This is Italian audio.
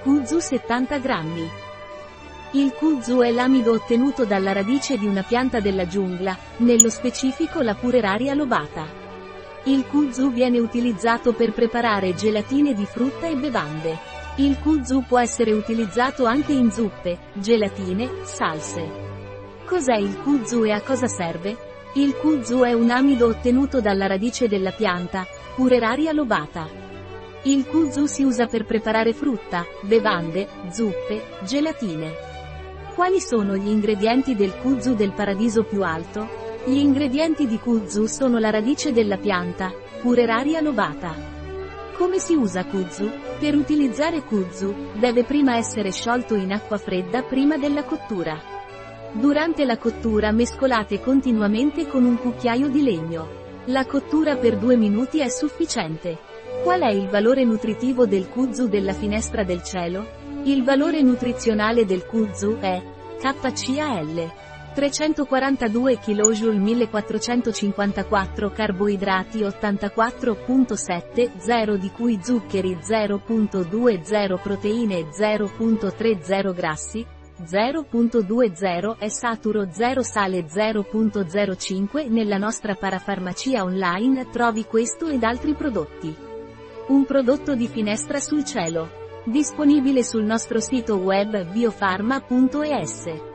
Kudzu 70 grammi. Il kudzu è l'amido ottenuto dalla radice di una pianta della giungla, nello specifico la Pureraria lobata. Il kudzu viene utilizzato per preparare gelatine di frutta e bevande. Il kudzu può essere utilizzato anche in zuppe, gelatine, salse. Cos'è il kudzu e a cosa serve? Il kudzu è un amido ottenuto dalla radice della pianta, Pureraria lobata. Il kudzu si usa per preparare frutta, bevande, zuppe, gelatine. Quali sono gli ingredienti del kudzu del paradiso più alto? Gli ingredienti di kudzu sono la radice della pianta, Pureraria lobata. Come si usa kudzu? Per utilizzare kudzu, deve prima essere sciolto in acqua fredda prima della cottura. Durante la cottura mescolate continuamente con un cucchiaio di legno. La cottura per 2 minuti è sufficiente. Qual è il valore nutritivo del kudzu della finestra del cielo? Il valore nutrizionale del kudzu è KCAL 342 kJ 1454 carboidrati 84.7 0 di cui zuccheri 0.20 proteine 0.30 grassi 0.20 è saturo 0 sale 0.05 Nella nostra parafarmacia online trovi questo ed altri prodotti. Un prodotto di Finestra sul Cielo. Disponibile sul nostro sito web biofarma.es.